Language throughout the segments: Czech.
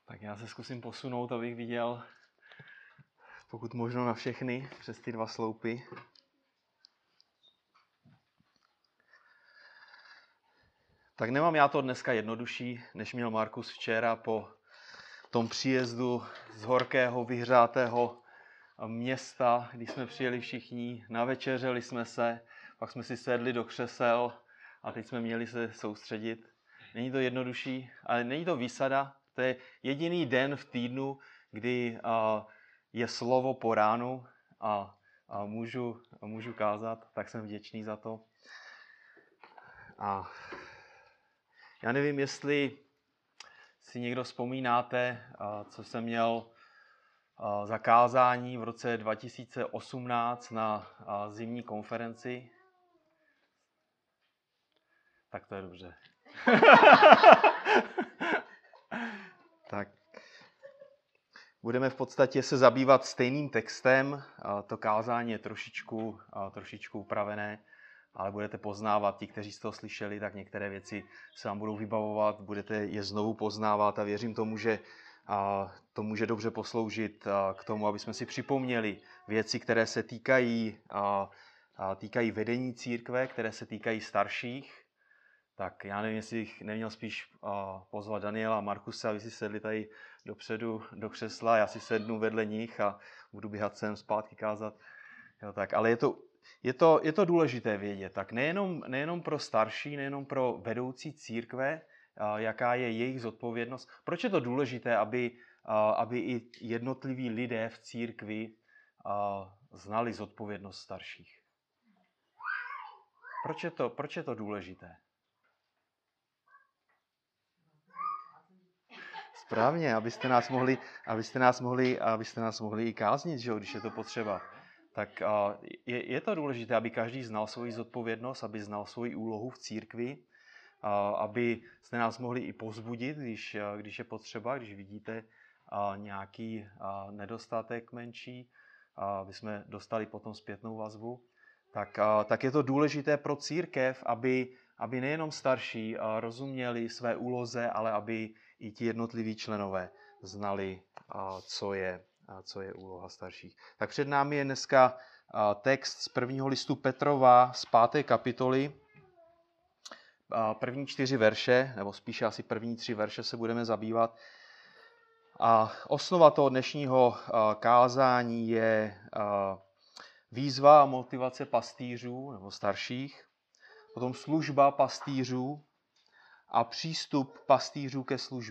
Tak já se zkusím posunout, abych viděl pokud možno na všechny přes ty 2 sloupy. Tak nemám já to dneska jednodušší, než měl Markus včera po tom příjezdu z horkého, vyhřátého města, když jsme přijeli všichni, navečeřeli jsme se, pak jsme si sedli do křesel a teď jsme měli se soustředit. Není to jednodušší, ale není to výsada. To je jediný den v týdnu, kdy je slovo po ránu a můžu kázat, tak jsem vděčný za to. A já nevím, jestli si někdo vzpomínáte, co jsem měl za kázání v roce 2018 na zimní konferenci. Tak to je dobře. Tak. Budeme v podstatě se zabývat stejným textem. To kázání je trošičku upravené, ale budete poznávat, ti, kteří jste to slyšeli, tak některé věci se vám budou vybavovat, budete je znovu poznávat a věřím tomu, že to může dobře posloužit k tomu, aby jsme si připomněli věci, které se týkají vedení církve, které se týkají starších. Tak já nevím, jestli bych neměl spíš pozvat Daniela a Markuse, aby si sedli tady dopředu do křesla, já si sednu vedle nich a budu běhat sem zpátky kázat. Jo, tak, ale je to důležité vědět. Tak nejenom pro starší, nejenom pro vedoucí církve, jaká je jejich zodpovědnost. Proč je to důležité, aby i jednotliví lidé v církvi znali zodpovědnost starších? Proč je to důležité? Správně, abyste nás mohli i káznit, že jo, když je to potřeba. Tak je to důležité, aby každý znal svoji zodpovědnost, aby znal svoji úlohu v církvi, aby jste nás mohli i povzbudit, když je potřeba, když vidíte nějaký nedostatek menší, aby jsme dostali potom zpětnou vazbu. Tak je to důležité pro církev, aby nejenom starší rozuměli své úloze, ale aby i ti jednotliví členové znali, co je úloha starších. Tak před námi je dneska text z 1. listu Petrova z 5. kapitoly. První 4 verše, nebo spíše asi první 3 verše se budeme zabývat. A osnova toho dnešního kázání je výzva a motivace pastýřů nebo starších, potom služba pastýřů a přístup pastýřů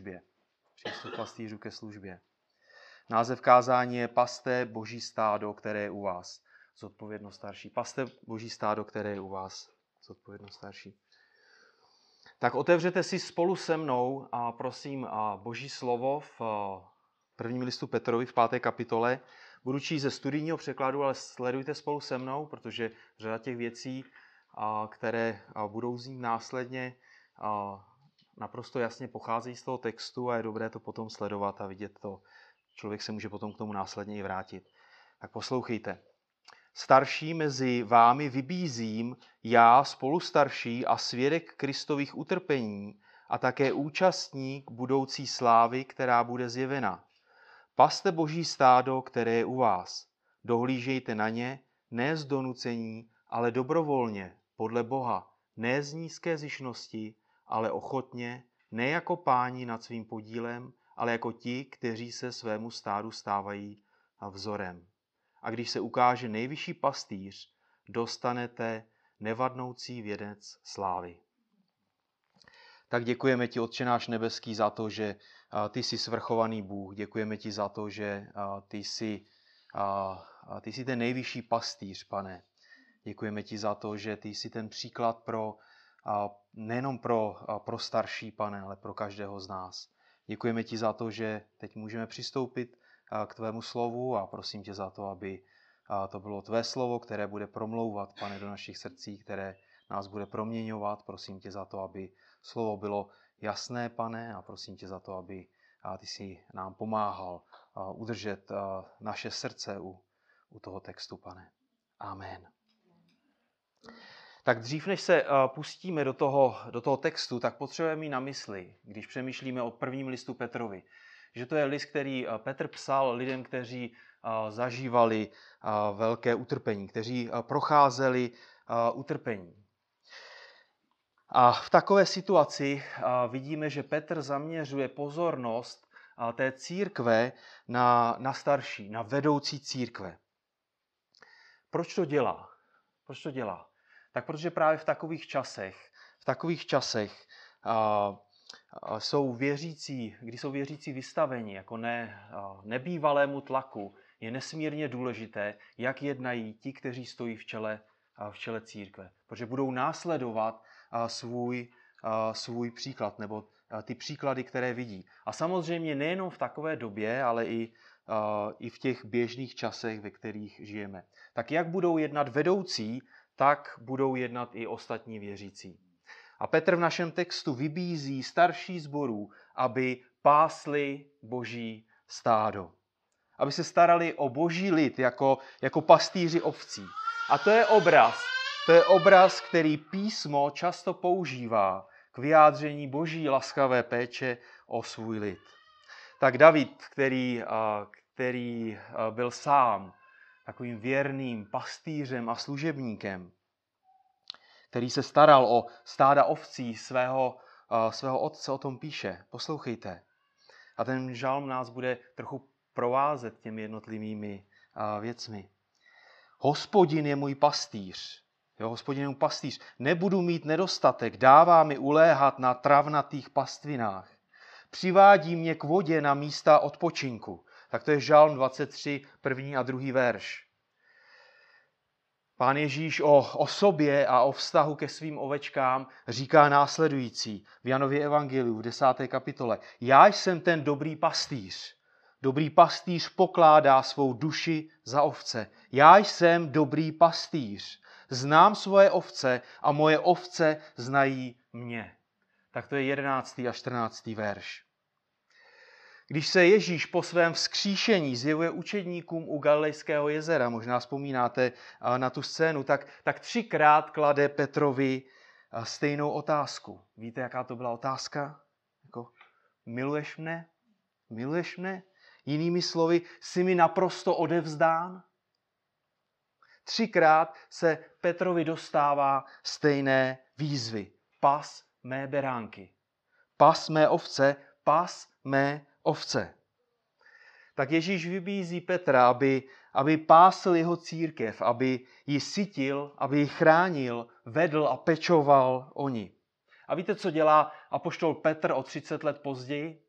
ke službě. Název kázání je Paste Boží stádo, které je u vás. Zodpovědnost starší. Paste Boží stádo, které je u vás. Zodpovědnost starší. Tak otevřete si spolu se mnou a prosím Boží slovo v 1. listu Petrovi v 5. kapitole. Budu číst ze studijního překladu, ale sledujte spolu se mnou, protože řada těch věcí, které budou znít následně, naprosto jasně pocházejí z toho textu a je dobré to potom sledovat a vidět to. Člověk se může potom k tomu následně i vrátit. Tak poslouchejte. Starší mezi vámi vybízím, já spolustarší a svědek Kristových utrpení a také účastník budoucí slávy, která bude zjevena. Paste Boží stádo, které je u vás. Dohlížejte na ně, ne z donucení, ale dobrovolně, podle Boha, ne z nízké zišnosti, ale ochotně, ne jako páni nad svým podílem, ale jako ti, kteří se svému stádu stávají vzorem. A když se ukáže nejvyšší pastýř, dostanete nevadnoucí věnec slávy. Tak děkujeme ti, Otče náš nebeský, za to, že ty jsi svrchovaný Bůh. Děkujeme ti za to, že ty jsi ten nejvyšší pastýř, Pane. Děkujeme ti za to, že ty jsi ten příklad nejenom pro starší, Pane, ale pro každého z nás. Děkujeme ti za to, že teď můžeme přistoupit k tvému slovu a prosím tě za to, aby to bylo tvé slovo, které bude promlouvat, Pane, do našich srdcí, které nás bude proměňovat. Prosím tě za to, aby slovo bylo jasné, Pane, a prosím tě za to, aby ty si nám pomáhal udržet naše srdce u toho textu, Pane. Amen. Tak dřív, než se pustíme do toho textu, tak potřebujeme mít na mysli, když přemýšlíme o 1. listu Petrovi, že to je list, který Petr psal lidem, kteří zažívali velké utrpení, kteří procházeli utrpení. A v takové situaci vidíme, že Petr zaměřuje pozornost té církve na starší, na vedoucí církve. Proč to dělá? Proč to dělá? Tak protože právě v takových časech jsou věřící, kdy jsou věřící vystaveni jako nebývalému tlaku, je nesmírně důležité, jak jednají ti, kteří stojí v čele církve. Protože budou následovat svůj příklad, nebo ty příklady, které vidí. A samozřejmě nejenom v takové době, ale i v těch běžných časech, ve kterých žijeme. Tak jak budou jednat vedoucí, tak budou jednat i ostatní věřící. A Petr v našem textu vybízí starší sborů, aby pásli boží stádo. Aby se starali o boží lid jako pastýři ovcí. A to je obraz, který písmo často používá k vyjádření boží laskavé péče o svůj lid. Tak David, který byl sám takovým věrným pastýřem a služebníkem, který se staral o stáda ovcí svého otce, o tom píše. Poslouchejte. A ten žalm nás bude trochu provázet těmi jednotlivými věcmi. Hospodin je můj pastýř. Hospodin je můj pastýř. Nebudu mít nedostatek, dává mi uléhat na travnatých pastvinách. Přivádí mě k vodě na místa odpočinku. Tak to je žalm 23, 1. a 2. verš. Pán Ježíš o sobě a o vztahu ke svým ovečkám říká následující v Janově evangeliu v 10. kapitole. Já jsem ten dobrý pastýř. Dobrý pastýř pokládá svou duši za ovce. Já jsem dobrý pastýř. Znám svoje ovce a moje ovce znají mě. Tak to je 11. a 14. verš. Když se Ježíš po svém vzkříšení zjevuje učedníkům u Galilejského jezera, možná vzpomínáte na tu scénu, tak 3krát klade Petrovi stejnou otázku. Víte, jaká to byla otázka? Miluješ mne? Miluješ mne? Jinými slovy, jsi mi naprosto odevzdán? 3krát se Petrovi dostává stejné výzvy. Pas mé beránky. Pas mé ovce, pas mé ovce. Tak Ježíš vybízí Petra, aby pásl jeho církev, aby ji sytil, aby ji chránil, vedl a pečoval o ní. A víte, co dělá apoštol Petr o 30 let později?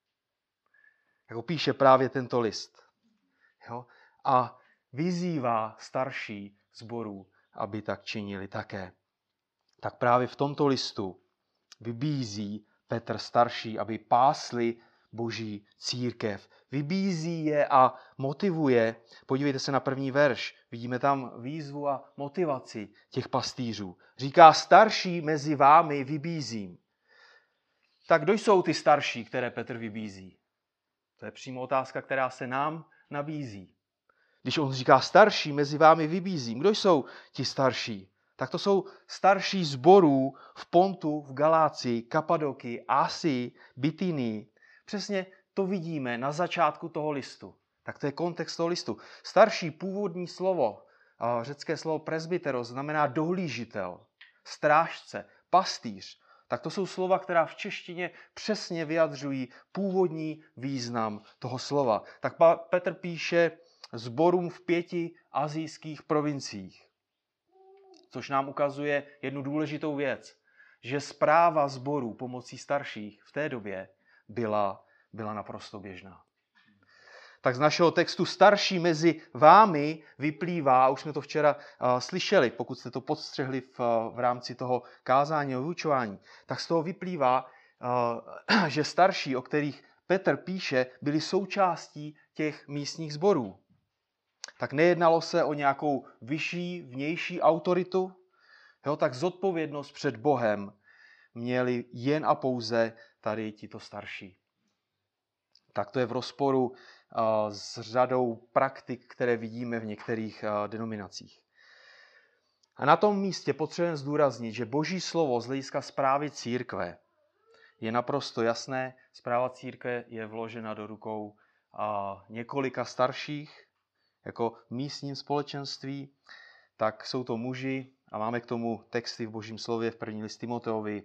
Jako píše právě tento list. A vyzývá starší sborů, aby tak činili také. Tak právě v tomto listu vybízí Petr starší, aby pásli boží církev. Vybízí je a motivuje. Podívejte se na 1. verš. Vidíme tam výzvu a motivaci těch pastýřů. Říká, starší mezi vámi vybízím. Tak kdo jsou ty starší, které Petr vybízí? To je přímo otázka, která se nám nabízí. Když on říká starší mezi vámi vybízím, kdo jsou ti starší? Tak to jsou starší sborů v Pontu, v Galácii, Kapadokii, Asii, Bitynii. Přesně to vidíme na začátku toho listu. Tak to je kontext toho listu. Starší původní slovo, řecké slovo presbyteros, znamená dohlížitel, strážce, pastýř. Tak to jsou slova, která v češtině přesně vyjadřují původní význam toho slova. Tak Petr píše sborům v 5 asijských provinciích. Což nám ukazuje jednu důležitou věc, že správa sborů pomocí starších v té době byla naprosto běžná. Tak z našeho textu starší mezi vámi vyplývá, už jsme to včera slyšeli, pokud jste to podstřehli v rámci toho kázání o vyučování, tak z toho vyplývá, že starší, o kterých Petr píše, byli součástí těch místních sborů. Tak nejednalo se o nějakou vyšší, vnější autoritu, tak zodpovědnost před Bohem měli jen a pouze tady tito starší. Tak to je v rozporu s řadou praktik, které vidíme v některých denominacích. A na tom místě potřebujeme zdůraznit, že Boží slovo z hlediska správy církve je naprosto jasné, správa církve je vložena do rukou několika starších, jako v místním společenství, tak jsou to muži a máme k tomu texty v Božím slově v 1. list Timoteovi,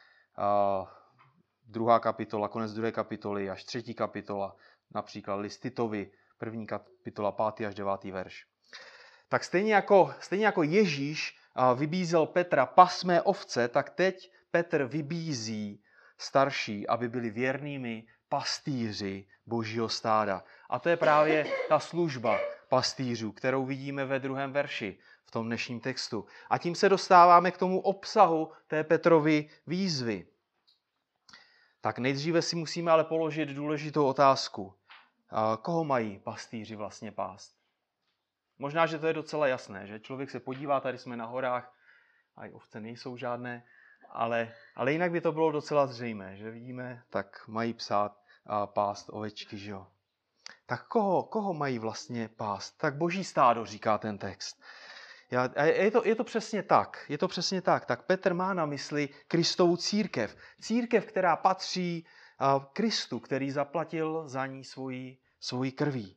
2. kapitola, konec 2. kapitoly až 3. kapitola, například list Titovi, 1. kapitola, 5. až 9. verš. Tak stejně jako Ježíš vybízel Petra pasmé ovce, tak teď Petr vybízí starší, aby byli věrnými pastýři Božího stáda. A to je právě ta služba pastýřů, kterou vidíme ve 2. verši v tom dnešním textu. A tím se dostáváme k tomu obsahu té Petrovy výzvy. Tak nejdříve si musíme ale položit důležitou otázku. Koho mají pastýři vlastně pást? Možná, že to je docela jasné, že člověk se podívá, tady jsme na horách, a ovce nejsou žádné, ale jinak by to bylo docela zřejmé, že vidíme, tak mají pást ovečky, že jo. Tak koho mají vlastně pást? Tak Boží stádo, říká ten text. Je to přesně tak. Je to přesně tak. Tak Petr má na mysli Kristovu církev. Církev, která patří Kristu, který zaplatil za ní svojí krví.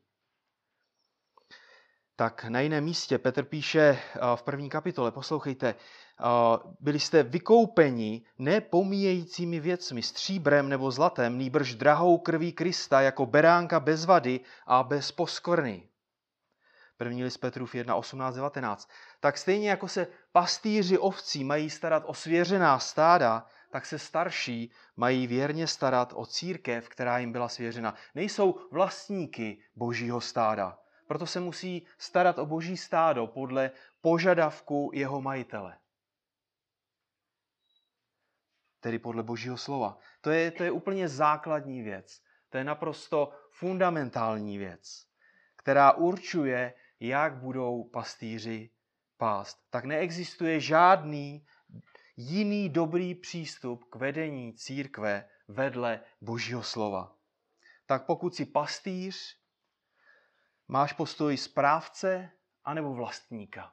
Tak na jiném místě Petr píše v 1. kapitole, poslouchejte, byli jste vykoupeni nepomíjejícími věcmi, stříbrem nebo zlatem, nýbrž drahou krví Krista jako beránka bez vady a bez poskvrny. 1. list Petrův 1, 18, 19. Tak stejně jako se pastýři ovcí mají starat o svěřená stáda, tak se starší mají věrně starat o církev, která jim byla svěřena. Nejsou vlastníky Božího stáda. Proto se musí starat o Boží stádo podle požadavku jeho majitele. Tedy podle Božího slova. To je úplně základní věc. To je naprosto fundamentální věc, která určuje, jak budou pastýři pást. Tak neexistuje žádný jiný dobrý přístup k vedení církve vedle Božího slova. Tak pokud si pastýř, máš postoj správce anebo vlastníka?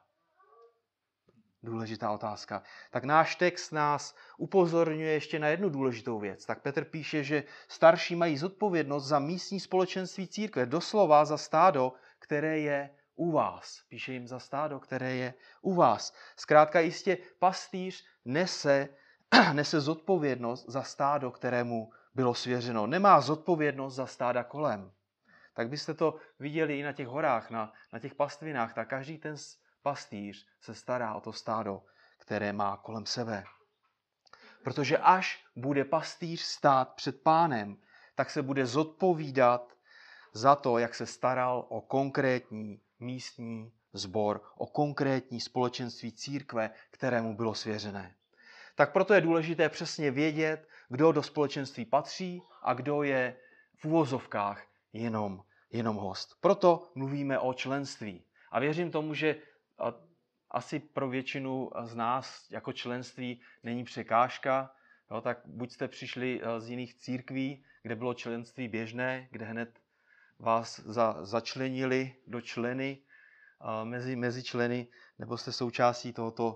Důležitá otázka. Tak náš text nás upozorňuje ještě na jednu důležitou věc. Tak Petr píše, že starší mají zodpovědnost za místní společenství církve, doslova za stádo, které je u vás. Píše jim za stádo, které je u vás. Zkrátka jistě pastýř nese zodpovědnost za stádo, kterému bylo svěřeno. Nemá zodpovědnost za stáda kolem. Tak byste to viděli i na těch horách, na těch pastvinách, tak každý ten pastýř se stará o to stádo, které má kolem sebe. Protože až bude pastýř stát před Pánem, tak se bude zodpovídat za to, jak se staral o konkrétní místní sbor, o konkrétní společenství církve, kterému bylo svěřené. Tak proto je důležité přesně vědět, kdo do společenství patří a kdo je v uvozovkách jenom host. Proto mluvíme o členství. A věřím tomu, že asi pro většinu z nás jako členství není překážka. Jo, tak buď jste přišli z jiných církví, kde bylo členství běžné, kde hned vás začlenili do členy, mezi členy, nebo jste součástí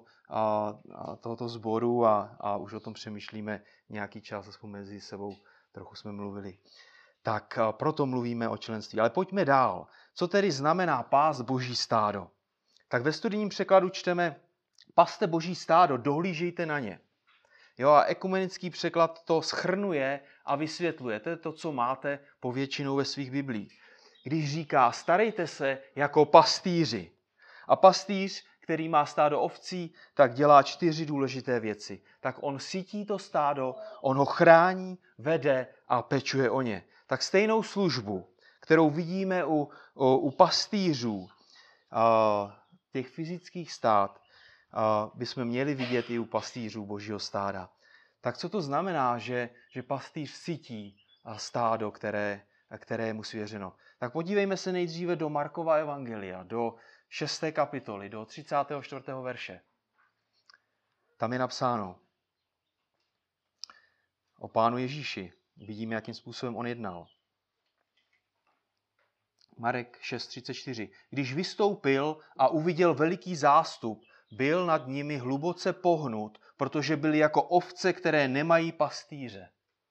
tohoto sboru a už o tom přemýšlíme nějaký čas, aspoň mezi sebou trochu jsme mluvili. Tak proto mluvíme o členství. Ale pojďme dál. Co tedy znamená pást Boží stádo? Tak ve studijním překladu čteme: paste Boží stádo, dohlížejte na ně. Jo, a ekumenický překlad to shrnuje a vysvětluje. To je to, co máte povětšinou ve svých biblích. Když říká, starejte se jako pastýři. A pastýř, který má stádo ovcí, tak dělá 4 důležité věci. Tak on sytí to stádo, on ho chrání, vede a pečuje o ně. Tak stejnou službu, kterou vidíme u pastýřů těch fyzických stád, bychom měli vidět i u pastýřů Božího stáda. Tak co to znamená, že pastýř sytí stádo, které je mu svěřeno? Tak podívejme se nejdříve do Markova evangelia, do 6. kapitoly, do 34. verše. Tam je napsáno o Pánu Ježíši. Vidíme, jakým způsobem on jednal. Marek 6.34. Když vystoupil a uviděl veliký zástup, byl nad nimi hluboce pohnut, protože byli jako ovce, které nemají pastýře.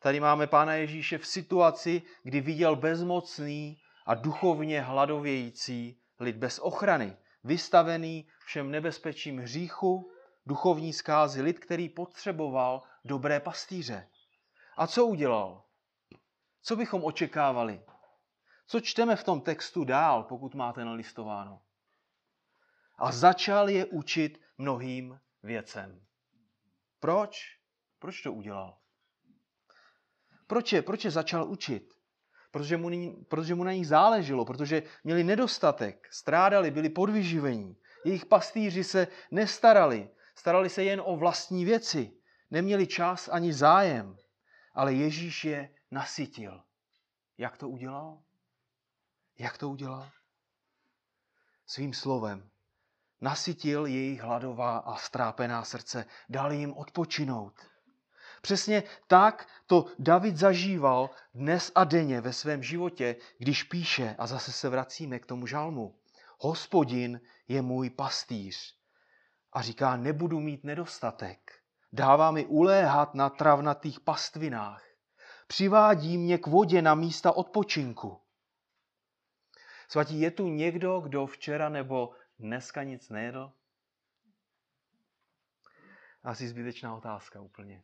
Tady máme Pána Ježíše v situaci, kdy viděl bezmocný a duchovně hladovějící lid bez ochrany, vystavený všem nebezpečím hříchu, duchovní zkázy, lid, který potřeboval dobré pastýře. A co udělal? Co bychom očekávali? Co čteme v tom textu dál, pokud máte nalistováno? A začal je učit mnohým věcem. Proč? Proč to udělal? Proč je začal učit? Protože mu na nich záleželo, protože měli nedostatek, strádali, byli podvyživení. Jejich pastýři se nestarali, starali se jen o vlastní věci, neměli čas ani zájem, ale Ježíš je nasytil. Jak to udělal? Jak to udělal? Svým slovem. Nasytil jejich hladová a strápená srdce, dal jim odpočinout. Přesně tak to David zažíval dnes a denně ve svém životě, když píše, a zase se vracíme k tomu žalmu, Hospodin je můj pastýř. A říká, nebudu mít nedostatek. Dává mi uléhat na travnatých pastvinách. Přivádí mě k vodě na místa odpočinku. Svatí, je tu někdo, kdo včera nebo dneska nic nejedl? Asi zbytečná otázka úplně.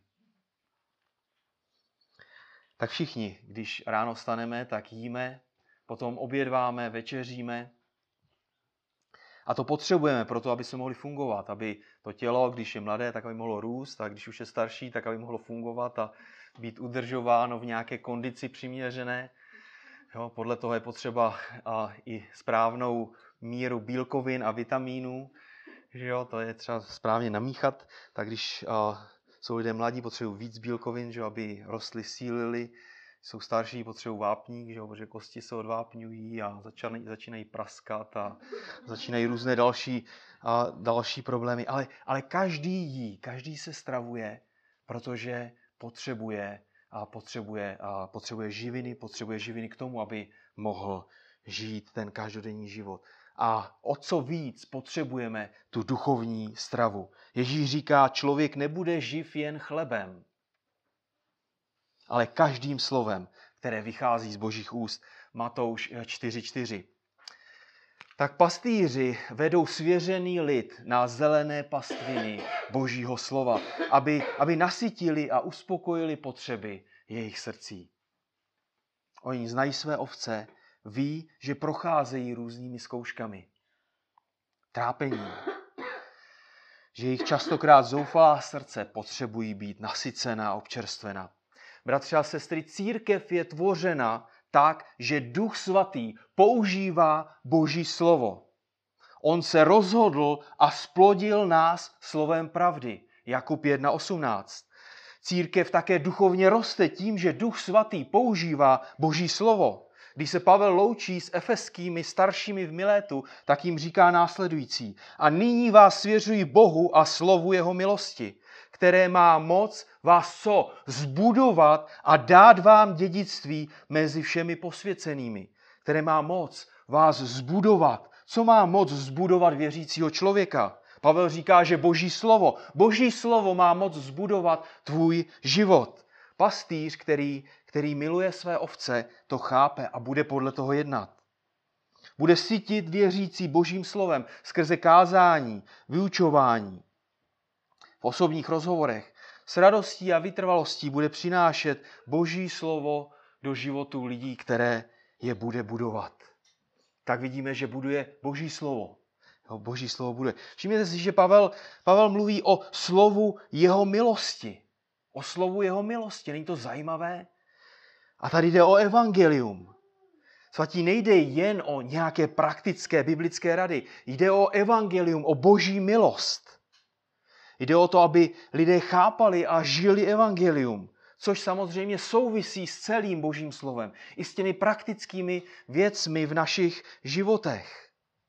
Tak všichni, když ráno staneme, tak jíme, potom obědváme, večeříme. A to potřebujeme proto, aby jsme mohli fungovat, aby to tělo, když je mladé, tak aby mohlo růst, a když už je starší, tak aby mohlo fungovat a být udržováno v nějaké kondici přiměřené. Jo, podle toho je potřeba i správnou míru bílkovin a vitamínů. Že jo, to je třeba správně namíchat. Tak když jsou lidé mladí, potřebují víc bílkovin, že, aby rostly, sílily. Jsou starší, potřebují vápník, že, protože kosti se odvápňují a začínají praskat a začínají různé další problémy. Ale každý jí, každý se stravuje, protože potřebuje živiny k tomu, aby mohl žít ten každodenní život. A o co víc potřebujeme tu duchovní stravu. Ježíš říká, člověk nebude živ jen chlebem, ale každým slovem, které vychází z Božích úst. Matouš 4:4. Tak pastýři vedou svěřený lid na zelené pastviny Božího slova, aby nasytili a uspokojili potřeby jejich srdcí. Oni znají své ovce, ví, že procházejí různými zkouškami, trápením, že jejich častokrát zoufalá srdce potřebují být nasycena a občerstvena. Bratři a sestry, církev je tvořena tak, že Duch Svatý používá Boží slovo. On se rozhodl a splodil nás slovem pravdy. Jakub 1:18. Církev také duchovně roste tím, že Duch Svatý používá Boží slovo. Když se Pavel loučí s efeskými staršími v Milétu, tak jim říká následující. A nyní vás svěřuji Bohu a slovu jeho milosti, které má moc vás co? Zbudovat a dát vám dědictví mezi všemi posvěcenými. Které má moc vás zbudovat. Co má moc zbudovat věřícího člověka? Pavel říká, že Boží slovo má moc zbudovat tvůj život. Pastýř, který miluje své ovce, to chápe a bude podle toho jednat. Bude sytit věřící Božím slovem skrze kázání, vyučování. V osobních rozhovorech s radostí a vytrvalostí bude přinášet Boží slovo do životu lidí, které je bude budovat. Tak vidíme, že buduje Boží slovo. Boží slovo buduje. Všimněte si, že Pavel mluví o slovu jeho milosti. O slovu jeho milosti. Není to zajímavé? A tady jde o evangelium. Svatí, nejde jen o nějaké praktické biblické rady. Jde o evangelium, o Boží milost. Jde o to, aby lidé chápali a žili evangelium, což samozřejmě souvisí s celým Božím slovem. I s těmi praktickými věcmi v našich životech.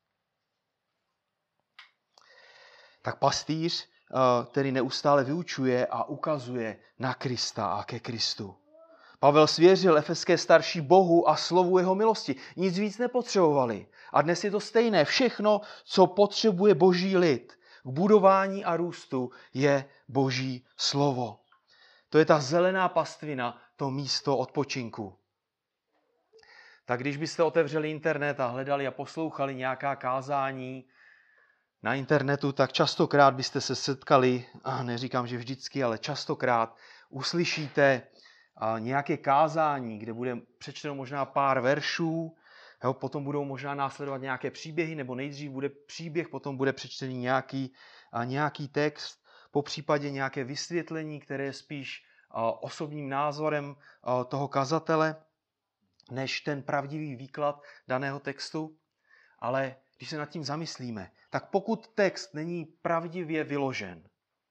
Tak pastýř, který neustále vyučuje a ukazuje na Krista a ke Kristu. Pavel svěřil efeské starší Bohu a slovu jeho milosti. Nic víc nepotřebovali. A dnes je to stejné. Všechno, co potřebuje Boží lid k budování a růstu, je Boží slovo. To je ta zelená pastvina, to místo odpočinku. Tak když byste otevřeli internet a hledali a poslouchali nějaká kázání na internetu, tak častokrát byste se setkali, a neříkám, že vždycky, ale častokrát uslyšíte nějaké kázání, kde bude přečteno možná pár veršů, jo, potom budou možná následovat nějaké příběhy, nebo nejdřív bude příběh, potom bude přečtený nějaký text, po případě nějaké vysvětlení, které je spíš osobním názorem toho kazatele, než ten pravdivý výklad daného textu. Ale když se nad tím zamyslíme, tak pokud text není pravdivě vyložen,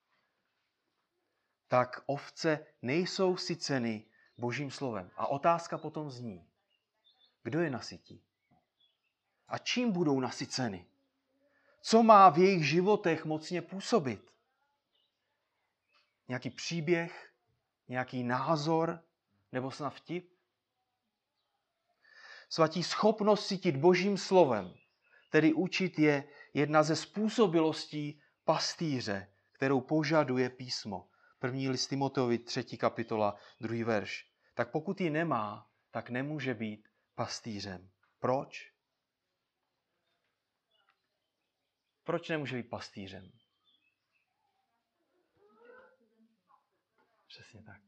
tak ovce nejsou syceny Božím slovem. A otázka potom zní, kdo je nasytí? A čím budou nasyceny? Co má v jejich životech mocně působit? Nějaký příběh, nějaký názor, nebo snad vtip? Svatí, schopnost sytit Božím slovem, tedy učit, je jedna ze způsobilostí pastýře, kterou požaduje písmo. 1. list Timoteovi, 3. kapitola, 2. verš. Tak pokud ji nemá, tak nemůže být pastýřem. Proč? Proč nemůže být pastýřem? Přesně tak.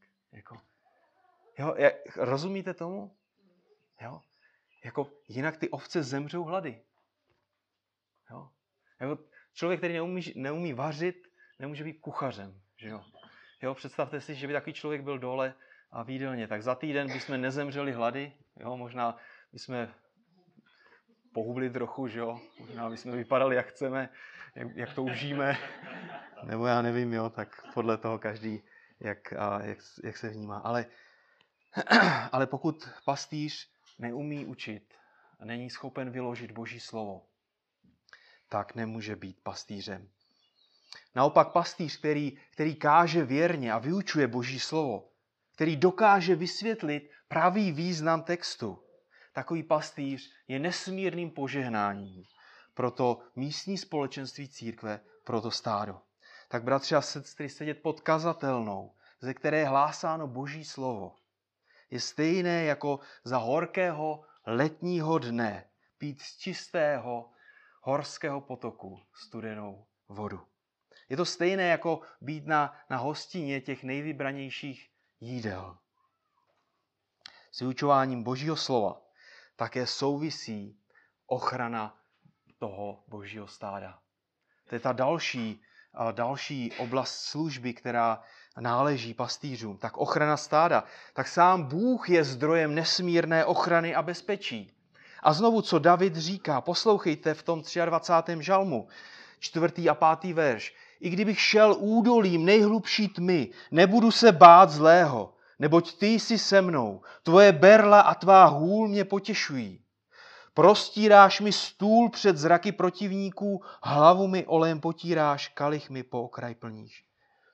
Rozumíte tomu? Jo? Jinak ty ovce zemřou hlady. Jo? Člověk, který neumí vařit, nemůže být kuchařem. Že jo? Představte si, že by takový člověk byl dole a v jídelně. Tak za týden bychom nezemřeli hlady. Jo? Možná bychom pohubli trochu, že jo? Možná bychom vypadali, jak chceme, jak toužíme. Nebo já nevím, jo? Tak podle toho každý, jak se vnímá. Ale pokud pastýř neumí učit a není schopen vyložit Boží slovo, tak nemůže být pastýřem. Naopak pastýř, který káže věrně a vyučuje Boží slovo, který dokáže vysvětlit pravý význam textu, takový pastýř je nesmírným požehnáním pro to místní společenství církve, pro to stádo. Tak bratři a sestry, sedět pod kazatelnou, ze které je hlásáno Boží slovo, je stejné jako za horkého letního dne pít z čistého horského potoku studenou vodu. Je to stejné jako být na hostině těch nejvybranějších jídel. S vyučováním Božího slova také souvisí ochrana toho Božího stáda. To je ta další oblast služby, která náleží pastýřům. Tak ochrana stáda. Tak sám Bůh je zdrojem nesmírné ochrany a bezpečí. A znovu, co David říká, poslouchejte v tom 23. žalmu, 4. a 5. verš. I kdybych šel údolím nejhlubší tmy, nebudu se bát zlého, neboť ty jsi se mnou, tvoje berla a tvá hůl mě potěšují. Prostíráš mi stůl před zraky protivníků, hlavu mi olejem potíráš, kalich mi po okraj plníš.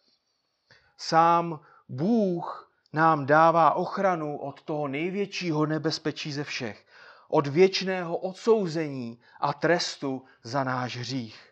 Sám Bůh nám dává ochranu od toho největšího nebezpečí ze všech, od věčného odsouzení a trestu za náš hřích.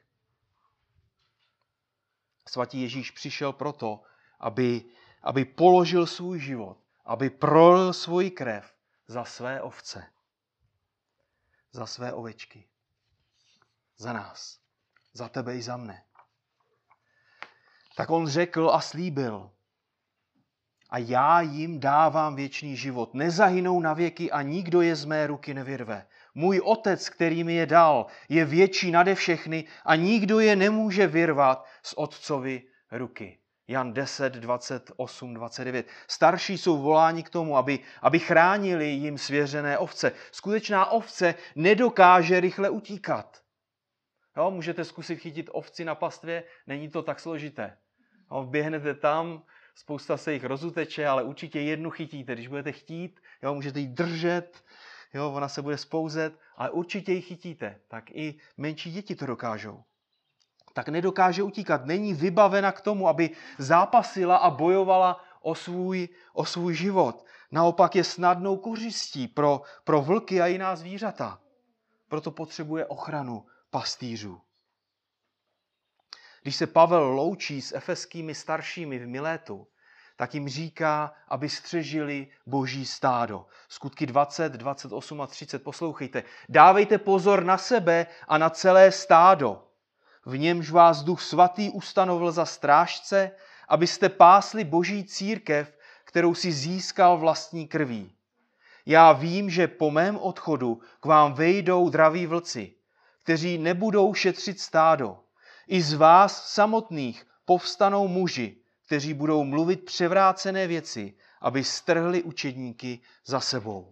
Svatý Ježíš přišel proto, aby položil svůj život, aby prolil svůj krev za své ovce, za své ovečky, za nás, za tebe i za mne. Tak on řekl a slíbil: a já jim dávám věčný život. Nezahynou na věky a nikdo je z mé ruky nevyrve. Můj otec, který mi je dal, je větší nade všechny a nikdo je nemůže vyrvat z otcovy ruky. Jan 10, 28, 29. Starší jsou voláni k tomu, aby chránili jim svěřené ovce. Skutečná ovce nedokáže rychle utíkat. Jo, můžete zkusit chytit ovci na pastvě, není to tak složité. Jo, vběhnete tam, spousta se jich rozuteče, ale určitě jednu chytíte. Když budete chtít, jo, můžete ji držet, jo, ona se bude spouzet, ale určitě ji chytíte. Tak i menší děti to dokážou. Tak nedokáže utíkat. Není vybavena k tomu, aby zápasila a bojovala o svůj život. Naopak je snadnou kořistí pro vlky a jiná zvířata. Proto potřebuje ochranu pastýřů. Když se Pavel loučí s efeskými staršími v Milétu, tak jim říká, aby střežili boží stádo. Skutky 20, 28 a 30, poslouchejte. Dávejte pozor na sebe a na celé stádo. V němž vás Duch Svatý ustanovil za strážce, abyste pásli boží církev, kterou si získal vlastní krví. Já vím, že po mém odchodu k vám vejdou draví vlci, kteří nebudou šetřit stádo. I z vás samotných povstanou muži, kteří budou mluvit převrácené věci, aby strhli učedníky za sebou.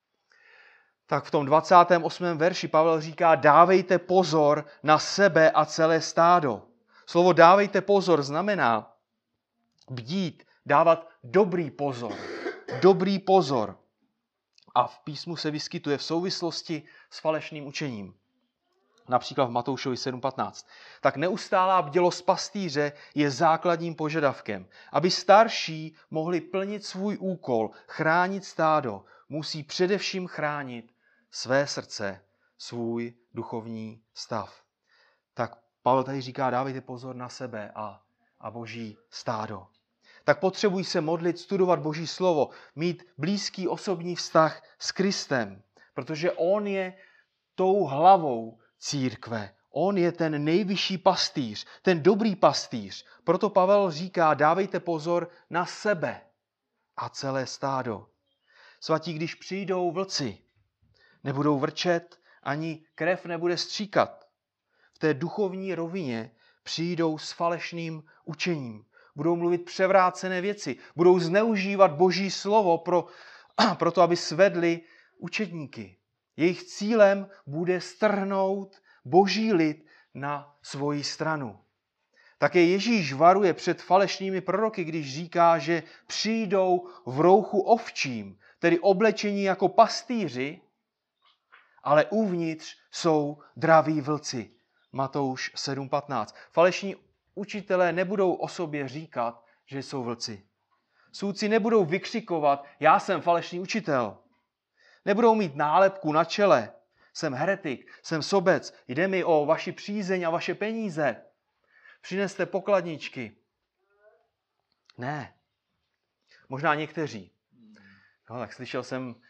Tak v tom 28. verši Pavel říká, dávejte pozor na sebe a celé stádo. Slovo dávejte pozor znamená bdít, dávat dobrý pozor. Dobrý pozor. A v písmu se vyskytuje v souvislosti s falešným učením. Například v Matoušovi 7.15. Tak neustálá bdělost pastýře je základním požadavkem. Aby starší mohli plnit svůj úkol, chránit stádo, musí především chránit své srdce, svůj duchovní stav. Tak Pavel tady říká, dávejte pozor na sebe a boží stádo. Tak potřebují se modlit, studovat boží slovo, mít blízký osobní vztah s Kristem, protože on je tou hlavou církve. On je ten nejvyšší pastýř, ten dobrý pastýř. Proto Pavel říká, dávejte pozor na sebe a celé stádo. Svatí, když přijdou vlci, nebudou vrčet, ani krev nebude stříkat. V té duchovní rovině přijdou s falešným učením. Budou mluvit převrácené věci. Budou zneužívat boží slovo pro to, aby svedli učedníky. Jejich cílem bude strhnout boží lid na svoji stranu. Také Ježíš varuje před falešnými proroky, když říká, že přijdou v rouchu ovčím, tedy oblečení jako pastýři, ale uvnitř jsou draví vlci. Matouš 7.15. Falešní učitelé nebudou o sobě říkat, že jsou vlci. Soudci nebudou vykřikovat, já jsem falešný učitel. Nebudou mít nálepku na čele, jsem heretik, jsem sobec, jde mi o vaši přízeň a vaše peníze. Přineste pokladničky. Ne. Možná někteří. No, tak slyšel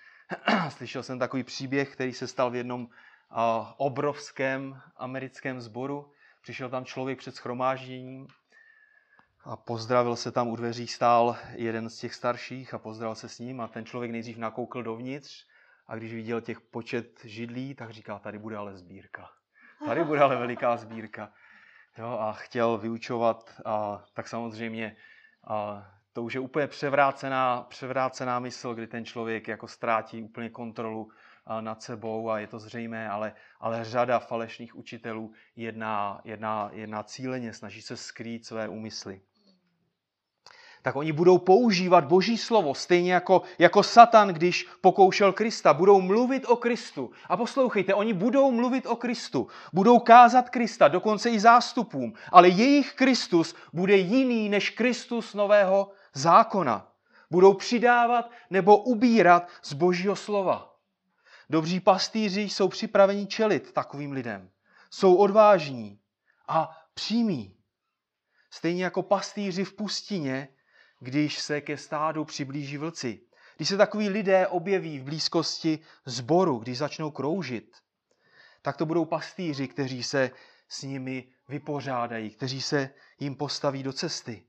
jsem takový příběh, který se stal v jednom obrovském americkém sboru. Přišel tam člověk před shromážděním a pozdravil se tam, u dveří stál jeden z těch starších a pozdravil se s ním a ten člověk nejdřív nakoukl dovnitř a když viděl těch počet židlí, tak říká, tady bude ale sbírka. Tady bude ale veliká sbírka. Jo, a chtěl vyučovat, tak samozřejmě to už je úplně převrácená mysl, kdy ten člověk jako ztrátí úplně kontrolu nad sebou a je to zřejmé, ale řada falešných učitelů jedná cíleně, snaží se skrýt své úmysly. Tak oni budou používat boží slovo, stejně jako Satan, když pokoušel Krista. Budou mluvit o Kristu. A poslouchejte, oni budou mluvit o Kristu. Budou kázat Krista, dokonce i zástupům. Ale jejich Kristus bude jiný než Kristus nového zákona. Budou přidávat nebo ubírat z božího slova. Dobří pastýři jsou připraveni čelit takovým lidem. Jsou odvážní a přímí. Stejně jako pastýři v pustině, když se ke stádu přiblíží vlci. Když se takoví lidé objeví v blízkosti sboru, když začnou kroužit, tak to budou pastýři, kteří se s nimi vypořádají, kteří se jim postaví do cesty.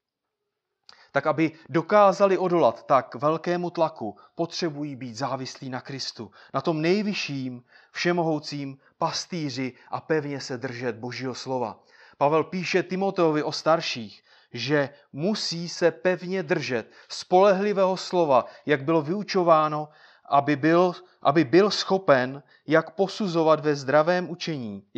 Tak aby dokázali odolat tak velkému tlaku, potřebují být závislí na Kristu, na tom nejvyšším, všemohoucím pastýři a pevně se držet Božího slova. Pavel píše Timoteovi o starších, že musí se pevně držet spolehlivého slova, jak bylo vyučováno, aby byl schopen jak posuzovat ve zdravém učení,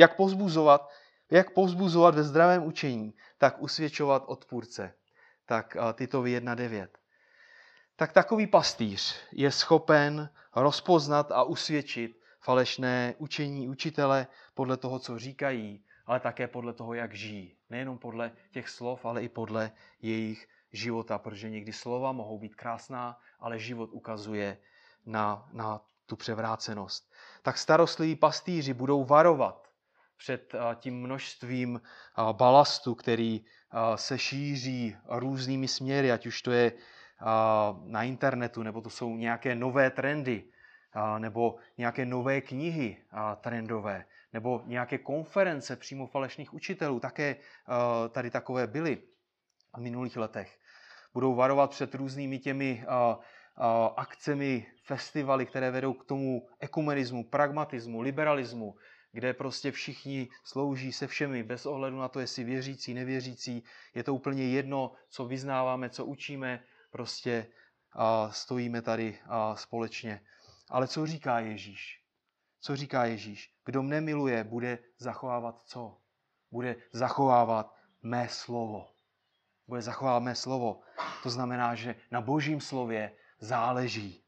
jak povzbuzovat ve zdravém učení, tak usvědčovat odpůrce. Tak Titovi 1.9. Tak takový pastýř je schopen rozpoznat a usvědčit falešné učení učitele podle toho, co říkají, ale také podle toho, jak žijí. Nejenom podle těch slov, ale i podle jejich života, protože někdy slova mohou být krásná, ale život ukazuje na tu převrácenost. Tak starostliví pastýři budou varovat před tím množstvím balastu, který se šíří různými směry, ať už to je na internetu, nebo to jsou nějaké nové trendy, nebo nějaké nové knihy trendové, nebo nějaké konference přímo falešných učitelů. Také tady takové byly v minulých letech. Budou varovat před různými těmi akcemi, festivaly, které vedou k tomu ekumenismu, pragmatismu, liberalismu, kde prostě všichni slouží se všemi, bez ohledu na to, jestli věřící, nevěřící. Je to úplně jedno, co vyznáváme, co učíme, prostě stojíme tady společně. Ale co říká Ježíš? Co říká Ježíš? Kdo mne miluje, bude zachovávat co? Bude zachovávat mé slovo. Bude zachovávat mé slovo. To znamená, že na Božím slově záleží.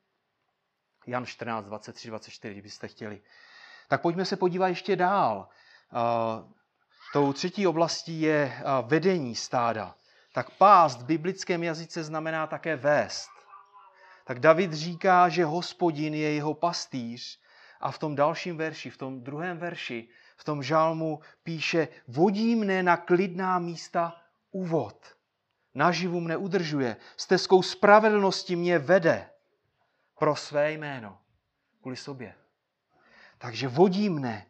Jan 14, 23, 24, kdybyste chtěli. Tak pojďme se podívat ještě dál. Tou třetí oblastí je vedení stáda. Tak pást v biblickém jazyce znamená také vést. Tak David říká, že Hospodin je jeho pastýř a v tom dalším verši, v tom druhém verši, v tom žalmu píše: vodí mne na klidná místa uvod. Naživu mne udržuje, stezkou spravedlnosti mě vede pro své jméno, kvůli sobě. Takže vodí mne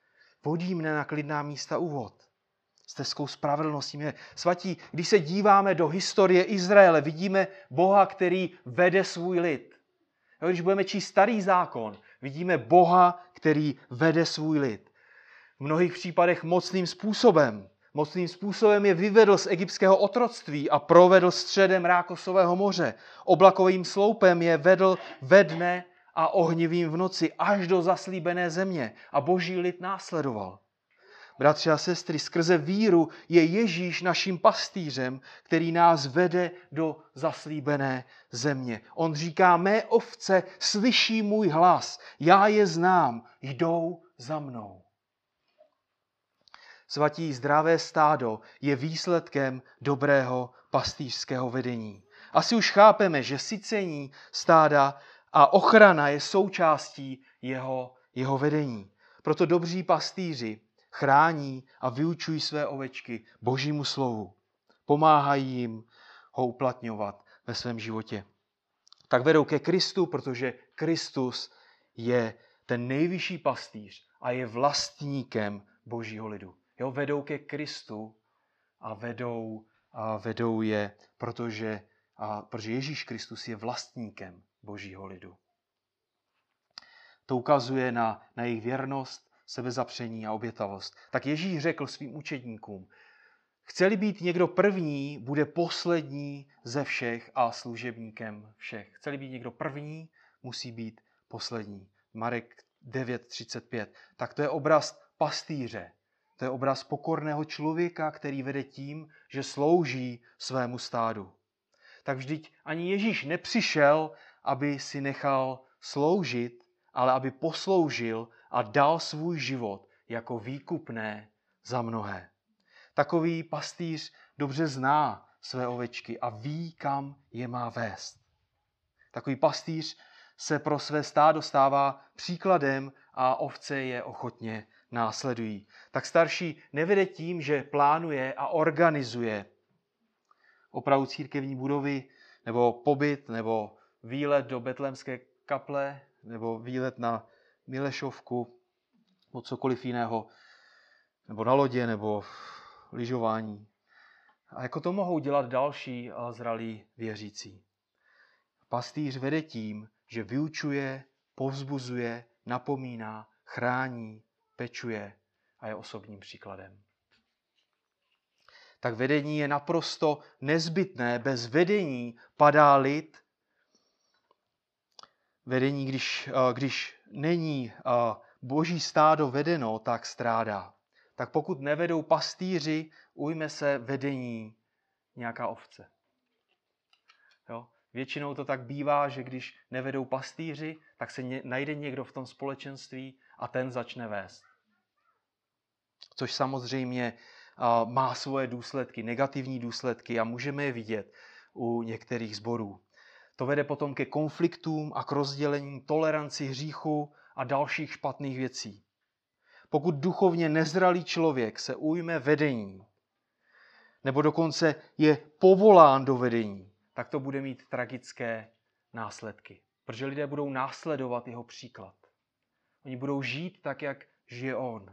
na klidná místa uvod. Stezkou spravedlnosti mě. Svatí, když se díváme do historie Izraele, vidíme Boha, který vede svůj lid. Když budeme číst Starý zákon, vidíme Boha, který vede svůj lid. V mnohých případech mocným způsobem. Mocným způsobem je vyvedl z egyptského otroctví a provedl středem Rákosového moře. Oblakovým sloupem je vedl ve dne a ohnivým v noci až do zaslíbené země a boží lid následoval. Bratři a sestry, skrze víru je Ježíš naším pastýřem, který nás vede do zaslíbené země. On říká: mé ovce slyší můj hlas, já je znám, jdou za mnou. Svatí, zdravé stádo je výsledkem dobrého pastýřského vedení. Asi už chápeme, že sycení stáda a ochrana je součástí jeho vedení. Proto dobří pastýři chrání a vyučují své ovečky Božímu slovu. Pomáhají jim ho uplatňovat ve svém životě. Tak vedou ke Kristu, protože Kristus je ten nejvyšší pastýř a je vlastníkem Božího lidu. Jo, vedou ke Kristu a vedou je, protože Ježíš Kristus je vlastníkem Božího lidu. To ukazuje na jejich věrnost, sebezapření a obětavost. Tak Ježíš řekl svým učedníkům: chce-li být někdo první, bude poslední ze všech a služebníkem všech. Chce-li být někdo první, musí být poslední. Marek 9:35. Tak to je obraz pastýře. To je obraz pokorného člověka, který vede tím, že slouží svému stádu. Tak vždyť ani Ježíš nepřišel, aby si nechal sloužit, ale aby posloužil a dal svůj život jako výkupné za mnohé. Takový pastýř dobře zná své ovečky a ví, kam je má vést. Takový pastýř se pro své stádo stává příkladem a ovce je ochotně následují. Tak starší nevede tím, že plánuje a organizuje opravu církevní budovy, nebo pobyt, nebo výlet do Betlémské kaple, nebo výlet na Milešovku, nebo cokoliv jiného, nebo na lodě, nebo lyžování. A jako to mohou dělat další zralí věřící. Pastýř vede tím, že vyučuje, povzbuzuje, napomíná, chrání, pečuje a je osobním příkladem. Tak vedení je naprosto nezbytné. Bez vedení padá lid. Vedení, když není Boží stádo vedeno, tak strádá. Tak pokud nevedou pastýři, ujme se vedení nějaká ovce. Jo? Většinou to tak bývá, že když nevedou pastýři, tak se najde někdo v tom společenství a ten začne vést. Což samozřejmě má svoje důsledky, negativní důsledky a můžeme je vidět u některých sborů. To vede potom ke konfliktům a k rozdělení, toleranci hříchu a dalších špatných věcí. Pokud duchovně nezralý člověk se ujme vedení, nebo dokonce je povolán do vedení, tak to bude mít tragické následky. Protože lidé budou následovat jeho příklad. Oni budou žít tak, jak žije on.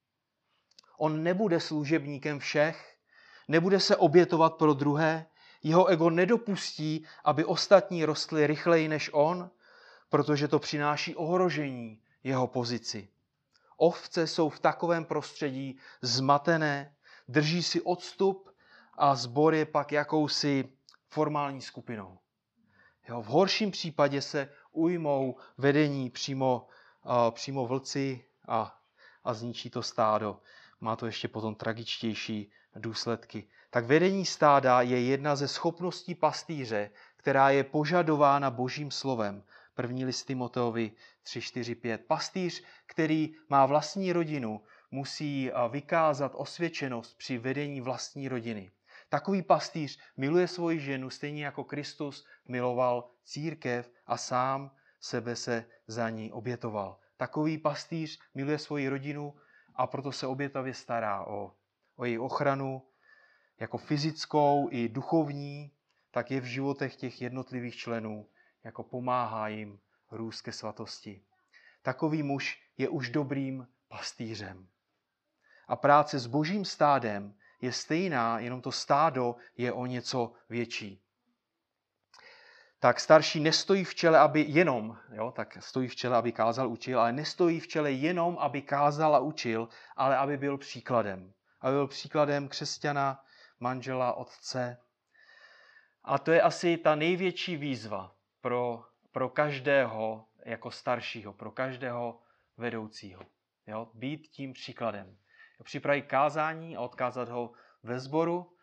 On nebude služebníkem všech, nebude se obětovat pro druhé, jeho ego nedopustí, aby ostatní rostli rychleji než on, protože to přináší ohrožení jeho pozici. Ovce jsou v takovém prostředí zmatené, drží si odstup a sbor je pak jakousi formální skupinou. V horším případě se ujmou vedení přímo vlci a zničí to stádo. Má to ještě potom tragičtější důsledky. Tak vedení stáda je jedna ze schopností pastýře, která je požadována Božím slovem. 1. list Timoteovi 3, 4, 5. Pastýř, který má vlastní rodinu, musí vykázat osvědčenost při vedení vlastní rodiny. Takový pastýř miluje svoji ženu stejně jako Kristus miloval církev a sám sebe se za ní obětoval. Takový pastýř miluje svoji rodinu a proto se obětavě stará o její ochranu, jako fyzickou i duchovní, tak je v životech těch jednotlivých členů, jako pomáhá jim růst ke svatosti. Takový muž je už dobrým pastýřem. A práce s Božím stádem je stejná, jenom to stádo je o něco větší. Tak starší nestojí v čele, stojí v čele, aby kázal, učil, ale nestojí v čele jenom, aby kázal a učil, ale aby byl příkladem. Aby byl příkladem křesťana, manžela, otce. A to je asi ta největší výzva pro každého jako staršího, pro každého vedoucího. Být tím příkladem. Připravit kázání a odkázat ho ve sboru,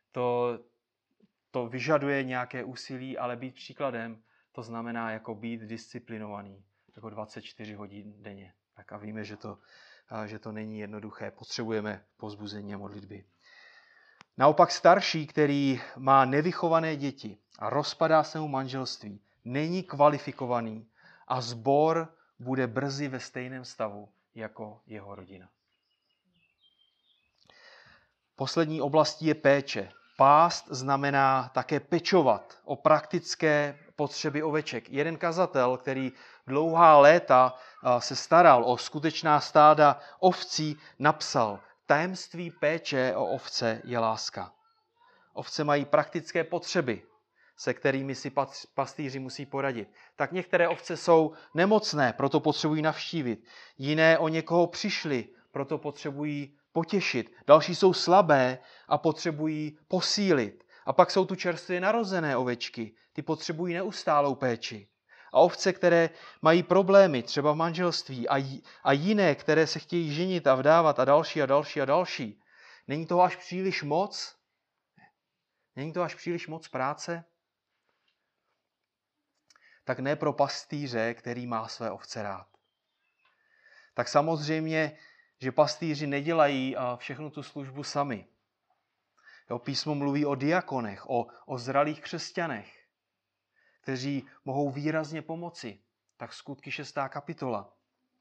to vyžaduje nějaké úsilí, ale být příkladem, to znamená jako být disciplinovaný, jako 24 hodin denně. Tak a víme, že to není jednoduché. Potřebujeme povzbuzení a modlitby. Naopak starší, který má nevychované děti a rozpadá se mu manželství, není kvalifikovaný a sbor bude brzy ve stejném stavu jako jeho rodina. Poslední oblastí je péče. Pást znamená také pečovat o praktické potřeby oveček. Jeden kazatel, který dlouhá léta se staral o skutečná stáda ovcí, napsal: tajemství péče o ovce je láska. Ovce mají praktické potřeby, se kterými si pastýři musí poradit. Tak některé ovce jsou nemocné, proto potřebují navštívit. Jiné o někoho přišly, proto potřebují potěšit. Další jsou slabé a potřebují posílit. A pak jsou tu čerstvě narozené ovečky, ty potřebují neustálou péči. A ovce, které mají problémy, třeba v manželství, a jiné, které se chtějí ženit a vdávat a další a další a další. Není toho až příliš moc? Není to až příliš moc práce? Tak ne pro pastýře, který má své ovce rád. Tak samozřejmě, že pastýři nedělají všechnu tu službu sami. Písmo mluví o diakonech, o zralých křesťanech, kteří mohou výrazně pomoci. Tak Skutky 6. kapitola.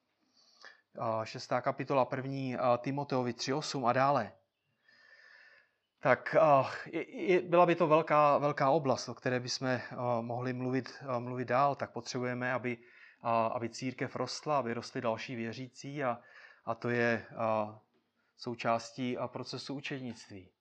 6. kapitola 1. Timoteovi 3.8 a dále. Tak byla by to velká oblast, o které bychom mohli mluvit dál. Tak potřebujeme, aby církev rostla, aby rostly další věřící a to je součástí procesu učednictví.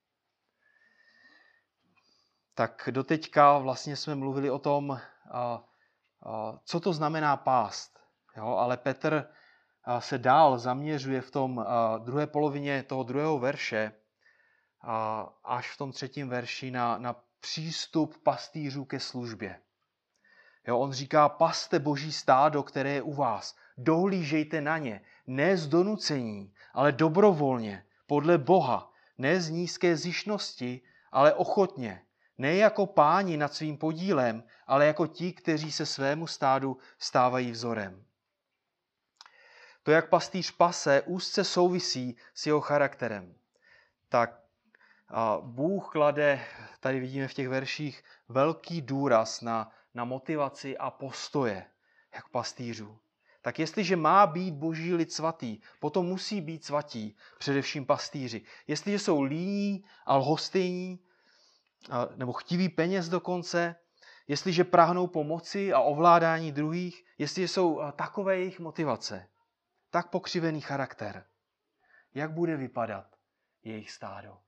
Tak doteďka vlastně jsme mluvili o tom, co to znamená pást. Ale Petr se dál zaměřuje v tom druhé polovině toho 2. verše až v tom 3. verši na přístup pastýřů ke službě. On říká: paste Boží stádo, které je u vás. Dohlížejte na ně, ne z donucení, ale dobrovolně, podle Boha, ne z nízké zišnosti, ale ochotně. Ne jako páni nad svým podílem, ale jako ti, kteří se svému stádu stávají vzorem. To, jak pastýř pase, úzce souvisí s jeho charakterem. Tak Bůh klade, tady vidíme v těch verších, velký důraz na motivaci a postoje jak pastýřů. Tak jestliže má být boží lid svatý, potom musí být svatí především pastýři. Jestliže jsou líní a lhostejní, nebo chtiví peněz dokonce, jestliže prahnou po moci a ovládání druhých, jestliže jsou takové jejich motivace, tak pokřivený charakter, jak bude vypadat jejich stádo?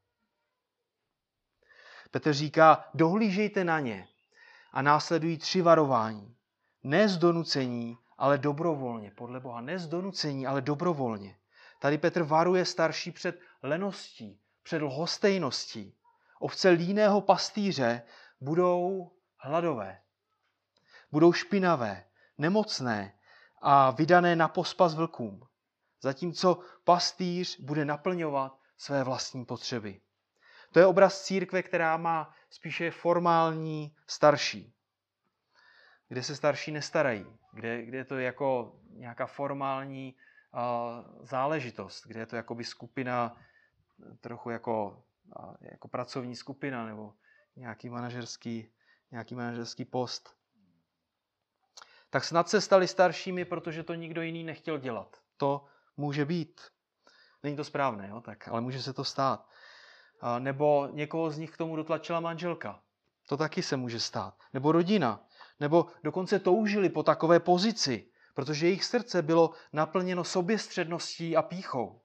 Petr říká, dohlížejte na ně a následují 3 varování. Ne z donucení, ale dobrovolně, podle Boha. Ne z donucení, ale dobrovolně. Tady Petr varuje starší před leností, před lhostejností. Ovce líného pastýře budou hladové, budou špinavé, nemocné a vydané na pospas vlkům. Zatímco pastýř bude naplňovat své vlastní potřeby. To je obraz církve, která má spíše formální starší, kde se starší nestarají, kde je to jako nějaká formální záležitost, kde je to jakoby skupina, trochu jako pracovní skupina nebo nějaký manažerský post. Tak snad se stali staršími, protože to nikdo jiný nechtěl dělat. To může být. Není to správné, jo? Tak, ale může se to stát. Nebo někoho z nich k tomu dotlačila manželka. To taky se může stát. Nebo rodina. Nebo dokonce toužili po takové pozici, protože jejich srdce bylo naplněno soběstředností a pýchou.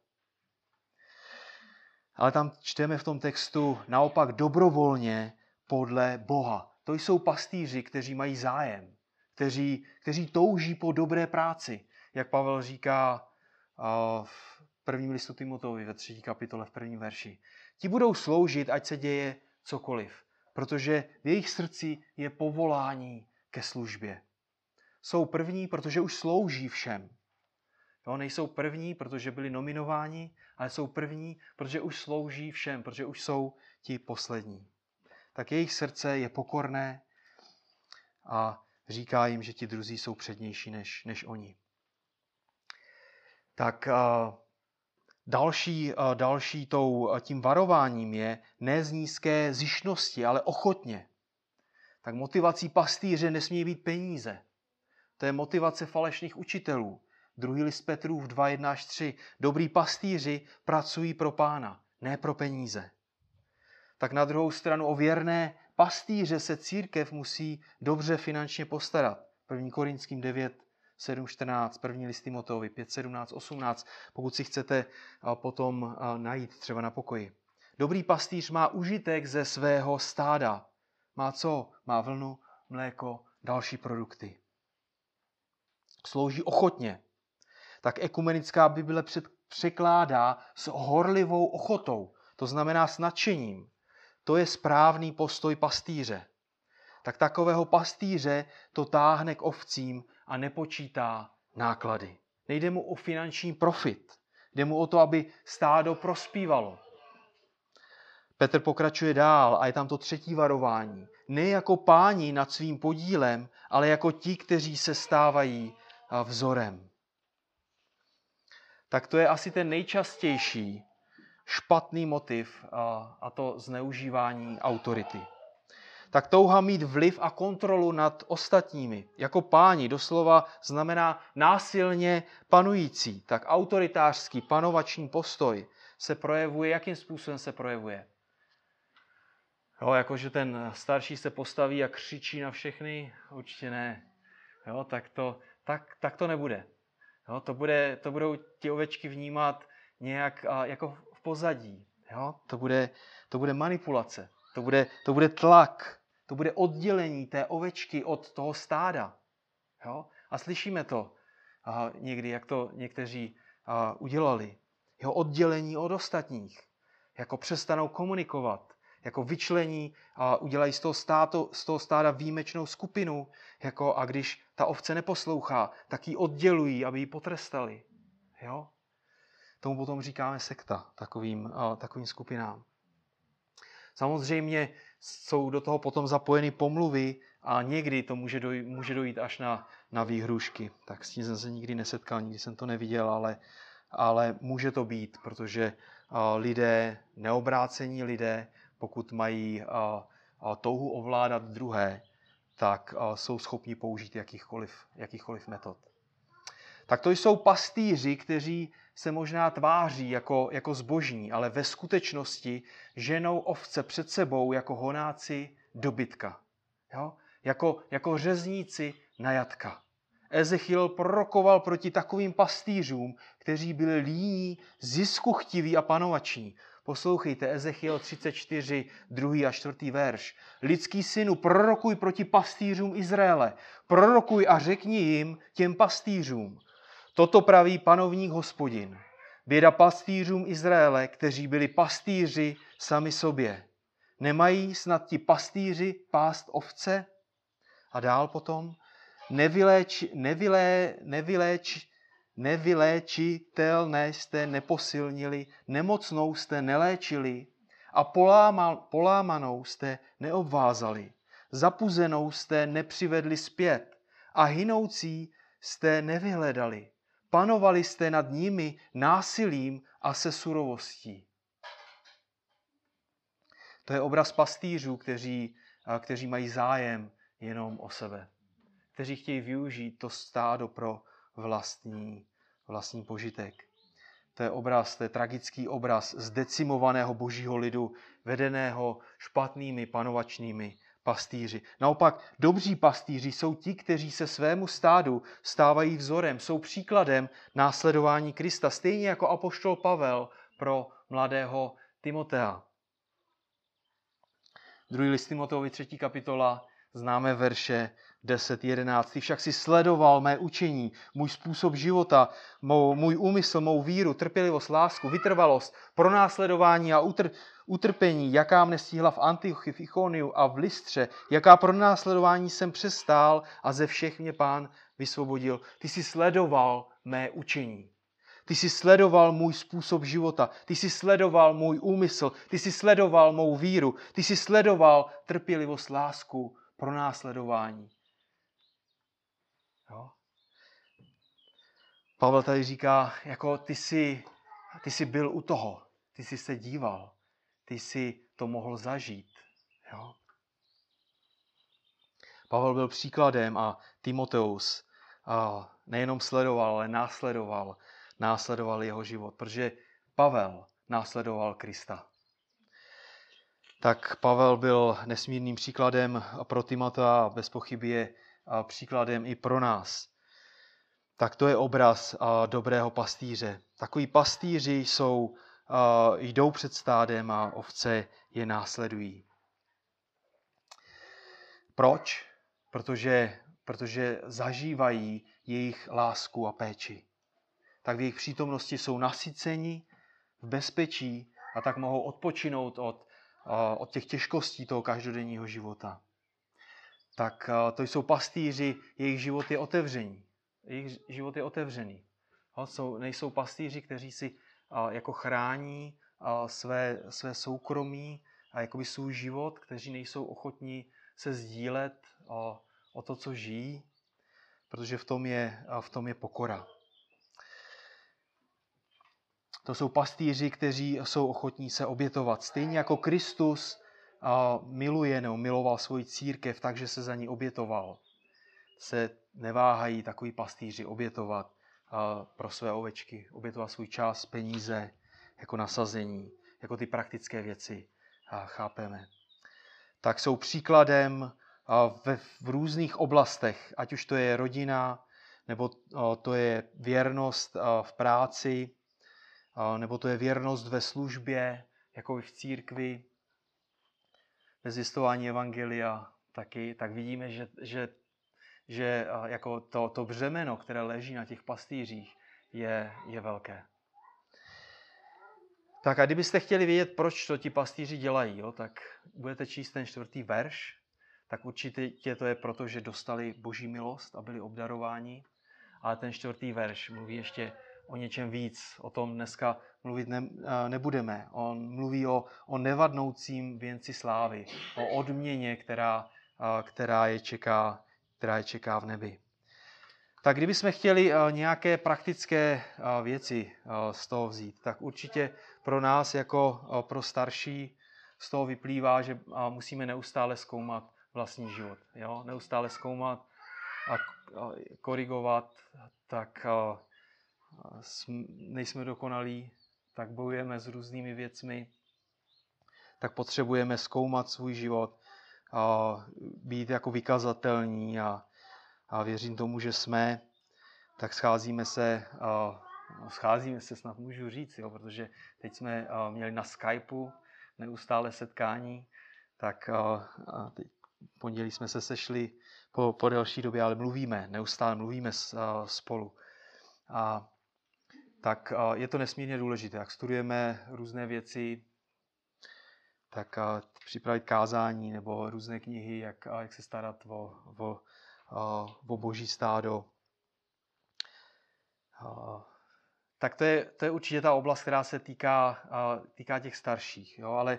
Ale tam čteme v tom textu naopak dobrovolně podle Boha. To jsou pastýři, kteří mají zájem, kteří touží po dobré práci. Jak Pavel říká v 1. listu Timoteovi ve 3. kapitole v 1. verši. Ti budou sloužit, ať se děje cokoliv, protože v jejich srdci je povolání ke službě. Jsou první, protože už slouží všem. Jo, nejsou první, protože byli nominováni, ale jsou první, protože už slouží všem, protože už jsou ti poslední. Tak jejich srdce je pokorné a říká jim, že ti druzí jsou přednější než oni. Tak další tím varováním je ne z nízké zištnosti, ale ochotně. Tak motivací pastýře nesmí být peníze. To je motivace falešných učitelů. 2. list Petrův 2:1-3. Dobrý pastýři pracují pro Pána, ne pro peníze. Tak na druhou stranu o věrné pastýře se církev musí dobře finančně postarat. 1. Korinským 9:7-14, 1. list Timoteovi 5:17-18, pokud si chcete potom najít třeba na pokoji. Dobrý pastýř má užitek ze svého stáda. Má co? Má vlnu, mléko, další produkty. Slouží ochotně. Tak ekumenická Bible překládá s horlivou ochotou. To znamená s nadšením. To je správný postoj pastýře. Tak takového pastýře to táhne k ovcím a nepočítá náklady. Nejde mu o finanční profit. Jde mu o to, aby stádo prospívalo. Petr pokračuje dál a je tam to 3. varování. Ne jako páni nad svým podílem, ale jako ti, kteří se stávají vzorem. Tak to je asi ten nejčastější špatný motiv, a to zneužívání autority. Tak touha mít vliv a kontrolu nad ostatními, jako páni, doslova znamená násilně panující. Tak autoritářský panovační postoj se projevuje, jakým způsobem se projevuje? Jo, jakože ten starší se postaví a křičí na všechny? Určitě ne. Jo, tak to nebude. Jo, to budou ti ovečky vnímat nějak jako v pozadí. Jo, to bude manipulace. To bude tlak. To bude oddělení té ovečky od toho stáda. Jo? A slyšíme to někdy, jak to někteří udělali. Jeho oddělení od ostatních. Jako přestanou komunikovat. Jako vyčlení a udělají z toho stáda výjimečnou skupinu. A když ta ovce neposlouchá, tak ji oddělují, aby ji potrestali. Jo? Tomu potom říkáme sekta, takovým skupinám. Samozřejmě jsou do toho potom zapojeny pomluvy a někdy to může dojít až na výhrušky. Tak s tím jsem se nikdy nesetkal, nikdy jsem to neviděl, ale může to být, protože neobrácení lidé, pokud mají touhu ovládat druhé, tak jsou schopni použít jakýchkoliv metod. Tak to jsou pastýři, kteří se možná tváří jako zbožní, ale ve skutečnosti ženou ovce před sebou jako honáci dobytka. Jo? Jako řezníci na jatka. Ezechiel prorokoval proti takovým pastýřům, kteří byli líní, ziskuchtiví a panovační. Poslouchejte, Ezechiel 34, 2. a 4. verš. Lidský synu, prorokuj proti pastýřům Izraele. Prorokuj a řekni jim, těm pastýřům. Toto praví panovník Hospodin. Běda pastýřům Izraele, kteří byli pastýři sami sobě. Nemají snad ti pastýři pást ovce? A dál potom. Nevyléčitelné jste neposilnili, nemocnou jste neléčili a polámanou jste neobvázali. Zapuzenou jste nepřivedli zpět a hynoucí jste nevyhledali. Panovali jste nad nimi násilím a se surovostí. To je obraz pastýřů, kteří mají zájem jenom o sebe. Kteří chtějí využít to stádo pro vlastní požitek. To je tragický obraz zdecimovaného božího lidu, vedeného špatnými panovačnými pastýři. Naopak dobří pastýři jsou ti, kteří se svému stádu stávají vzorem, jsou příkladem následování Krista, stejně jako apoštol Pavel pro mladého Timotea. 2. list Timoteovi 3. kapitola, známe verše 10-11. Ty však si sledoval mé učení, můj způsob života, můj úmysl, mou víru, trpělivost, lásku, vytrvalost, pronásledování a utrpení, jaká mne stihla v Antiochii, v Ikoniu a v Lystře, jaká pronásledování jsem přestál a ze všech mě Pán vysvobodil. Ty jsi sledoval mé učení. Ty jsi sledoval můj způsob života, ty jsi sledoval můj úmysl, ty jsi sledoval mou víru, ty jsi sledoval trpělivost, lásku, pronásledování. Jo? Pavel tady říká, jako ty jsi byl u toho, ty jsi se díval, ty jsi to mohl zažít. Jo? Pavel byl příkladem a Timoteus nejenom sledoval, ale následoval jeho život, protože Pavel následoval Krista. Tak Pavel byl nesmírným příkladem pro Timotea a bez pochyby je příkladem i pro nás. Tak to je obraz dobrého pastýře. Takoví pastýři jdou před stádem a ovce je následují. Proč? Protože zažívají jejich lásku a péči. Tak v jejich přítomnosti jsou nasyceni v bezpečí a tak mohou odpočinout od těch těžkostí toho každodenního života. Tak to jsou pastýři, jejich život je otevřený. Jejich život je otevřený. Nejsou pastýři, kteří si jako chrání své soukromí a jakoby svůj život, kteří nejsou ochotní se sdílet o to, co žijí, protože v tom je pokora. To jsou pastýři, kteří jsou ochotní se obětovat. Stejně jako Kristus miloval svoji církev, takže se za ní obětoval. Se neváhají takový pastýři obětovat pro své ovečky, obětovat svůj čas, peníze, jako nasazení, jako ty praktické věci chápeme. Tak jsou příkladem v různých oblastech, ať už to je rodina, nebo to je věrnost v práci, nebo to je věrnost ve službě, jako v církvi, ve zvěstování evangelia taky, tak vidíme, že jako to břemeno, které leží na těch pastýřích, je velké. Tak a kdybyste chtěli vědět, proč to ti pastýři dělají, tak budete číst ten 4. verš, tak určitě to je proto, že dostali boží milost a byli obdarováni, ale ten 4. verš mluví ještě o něčem víc. O tom dneska mluvit nebudeme. On mluví o nevadnoucím věnci slávy, o odměně, která je čeká v nebi. Tak kdybychom chtěli nějaké praktické věci z toho vzít, tak určitě pro nás jako pro starší z toho vyplývá, že musíme neustále zkoumat vlastní život. Jo? Neustále zkoumat, korigovat, tak nejsme dokonalí, tak bojujeme s různými věcmi, tak potřebujeme zkoumat svůj život, být jako vykazatelní a věřím tomu, že jsme, tak scházíme se, snad můžu říct, jo, protože teď jsme měli na Skypeu neustále setkání, tak teď pondělí jsme se sešli po delší době, ale neustále mluvíme spolu. Tak je to nesmírně důležité, jak studujeme různé věci, tak připravit kázání nebo různé knihy, jak se starat o boží stádo. Tak to je určitě ta oblast, která se týká těch starších. Jo? Ale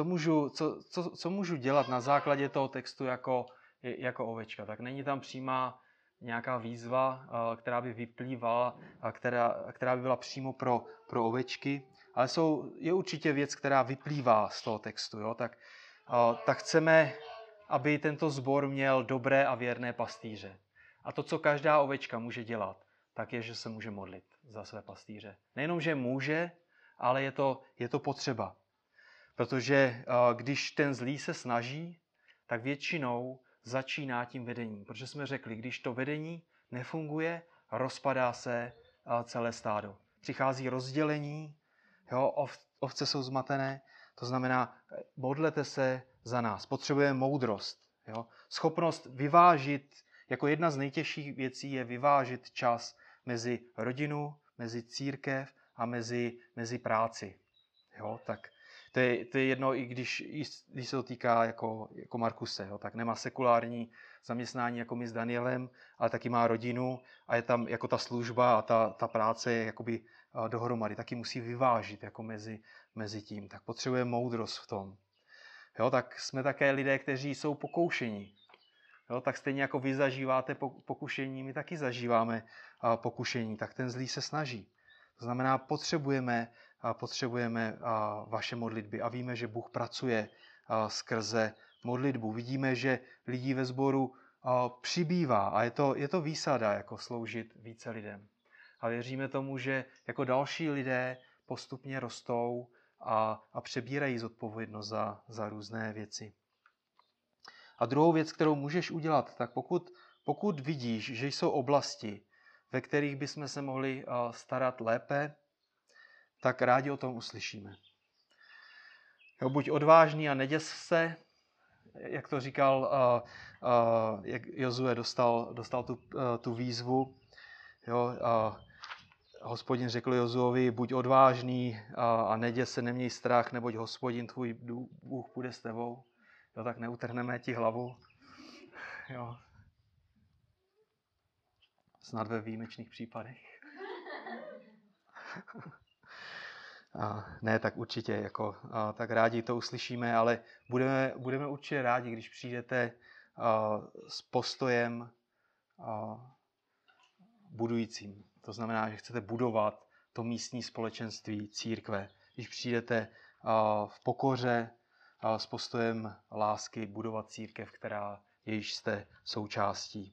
co můžu dělat na základě toho textu jako ovečka? Tak není tam přímá nějaká výzva, která by vyplývala, která by byla přímo pro ovečky, ale je určitě věc, která vyplývá z toho textu. Jo? Tak chceme, aby tento sbor měl dobré a věrné pastýře. A to, co každá ovečka může dělat, tak je, že se může modlit za své pastýře. Nejenom, že může, ale je to potřeba. Protože když ten zlý se snaží, tak většinou začíná tím vedením. Protože jsme řekli, když to vedení nefunguje, rozpadá se celé stádo. Přichází rozdělení, jo, ovce jsou zmatené, to znamená, modlete se za nás. Potřebujeme moudrost. Jo. Schopnost vyvážit, jako jedna z nejtěžších věcí je vyvážit čas mezi rodinu, mezi církev a mezi práci. Jo, tak to je jedno, i když se to týká jako Markuse, jo, tak nemá sekulární zaměstnání jako my s Danielem, ale taky má rodinu a je tam jako ta služba a ta práce je jakoby dohromady. Taky musí vyvážit jako mezi tím. Tak potřebujeme moudrost v tom. Jo, tak jsme také lidé, kteří jsou pokoušení. Jo, tak stejně jako vy zažíváte pokušení, my taky zažíváme pokušení, tak ten zlý se snaží. To znamená, potřebujeme vaše modlitby a víme, že Bůh pracuje skrze modlitbu. Vidíme, že lidí ve sboru přibývá a je to výsada, jako sloužit více lidem. A věříme tomu, že jako další lidé postupně rostou a přebírají zodpovědnost za různé věci. A druhou věc, kterou můžeš udělat, tak pokud vidíš, že jsou oblasti, ve kterých bychom se mohli starat lépe, tak rádi o tom uslyšíme. Jo, buď odvážný a neděs se, jak to říkal, jak Jozue dostal tu výzvu. Jo, Hospodin řekl Jozuovi, buď odvážný a neděs se, neměj strach, neboť Hospodin tvůj Bůh půjde s tebou. Jo, tak neutrhneme ti hlavu. Jo. Snad ve výjimečných případech. Ne, tak určitě, tak rádi to uslyšíme, ale budeme určitě rádi, když přijdete s postojem budujícím. To znamená, že chcete budovat to místní společenství církve. Když přijdete v pokoře s postojem lásky budovat církev, jejíž jste součástí.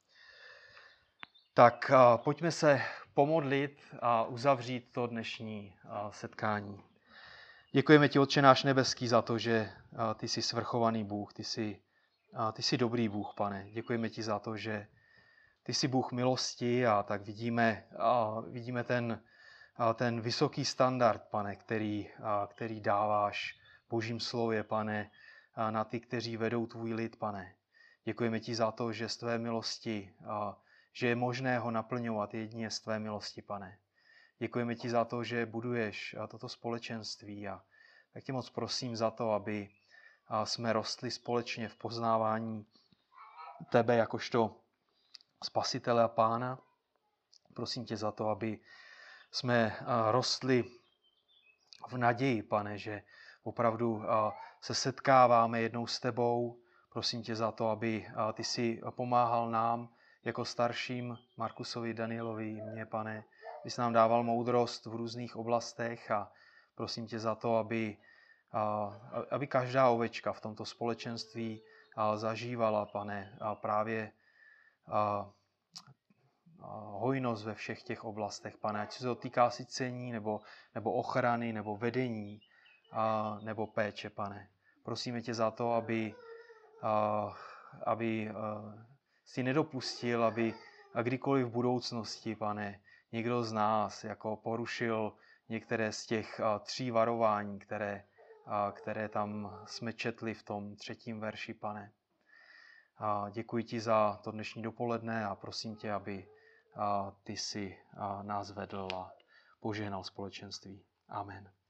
Tak pojďme se pomodlit a uzavřít to dnešní setkání. Děkujeme ti, Otče náš nebeský, za to, že ty jsi svrchovaný Bůh, ty jsi dobrý Bůh, Pane. Děkujeme ti za to, že ty jsi Bůh milosti a tak vidíme ten vysoký standard, Pane, který dáváš v Božím slově, Pane, na ty, kteří vedou tvůj lid, Pane. Děkujeme ti za to, že z tvé milosti, že je možné ho naplňovat jedině z tvé milosti, Pane. Děkujeme ti za to, že buduješ toto společenství a tak tě moc prosím za to, aby jsme rostli společně v poznávání tebe jakožto Spasitele a Pána. Prosím tě za to, aby jsme rostli v naději, Pane, že opravdu se setkáváme jednou s tebou. Prosím tě za to, aby ty si pomáhal nám jako starším, Markusovi, Danielovi, mně, Pane, aby jsi nám dával moudrost v různých oblastech a prosím tě za to, aby každá ovečka v tomto společenství zažívala, Pane, právě hojnost ve všech těch oblastech, Pane. Ať se to týká sycení, nebo ochrany, nebo vedení, nebo péče, Pane. Prosíme tě za to, aby si nedopustil, aby kdykoliv v budoucnosti, Pane, někdo z nás jako porušil některé z těch 3 varování, které tam jsme četli v tom 3. verši, Pane. Děkuji ti za to dnešní dopoledne a prosím tě, aby ty si nás vedl a požehnal společenství. Amen.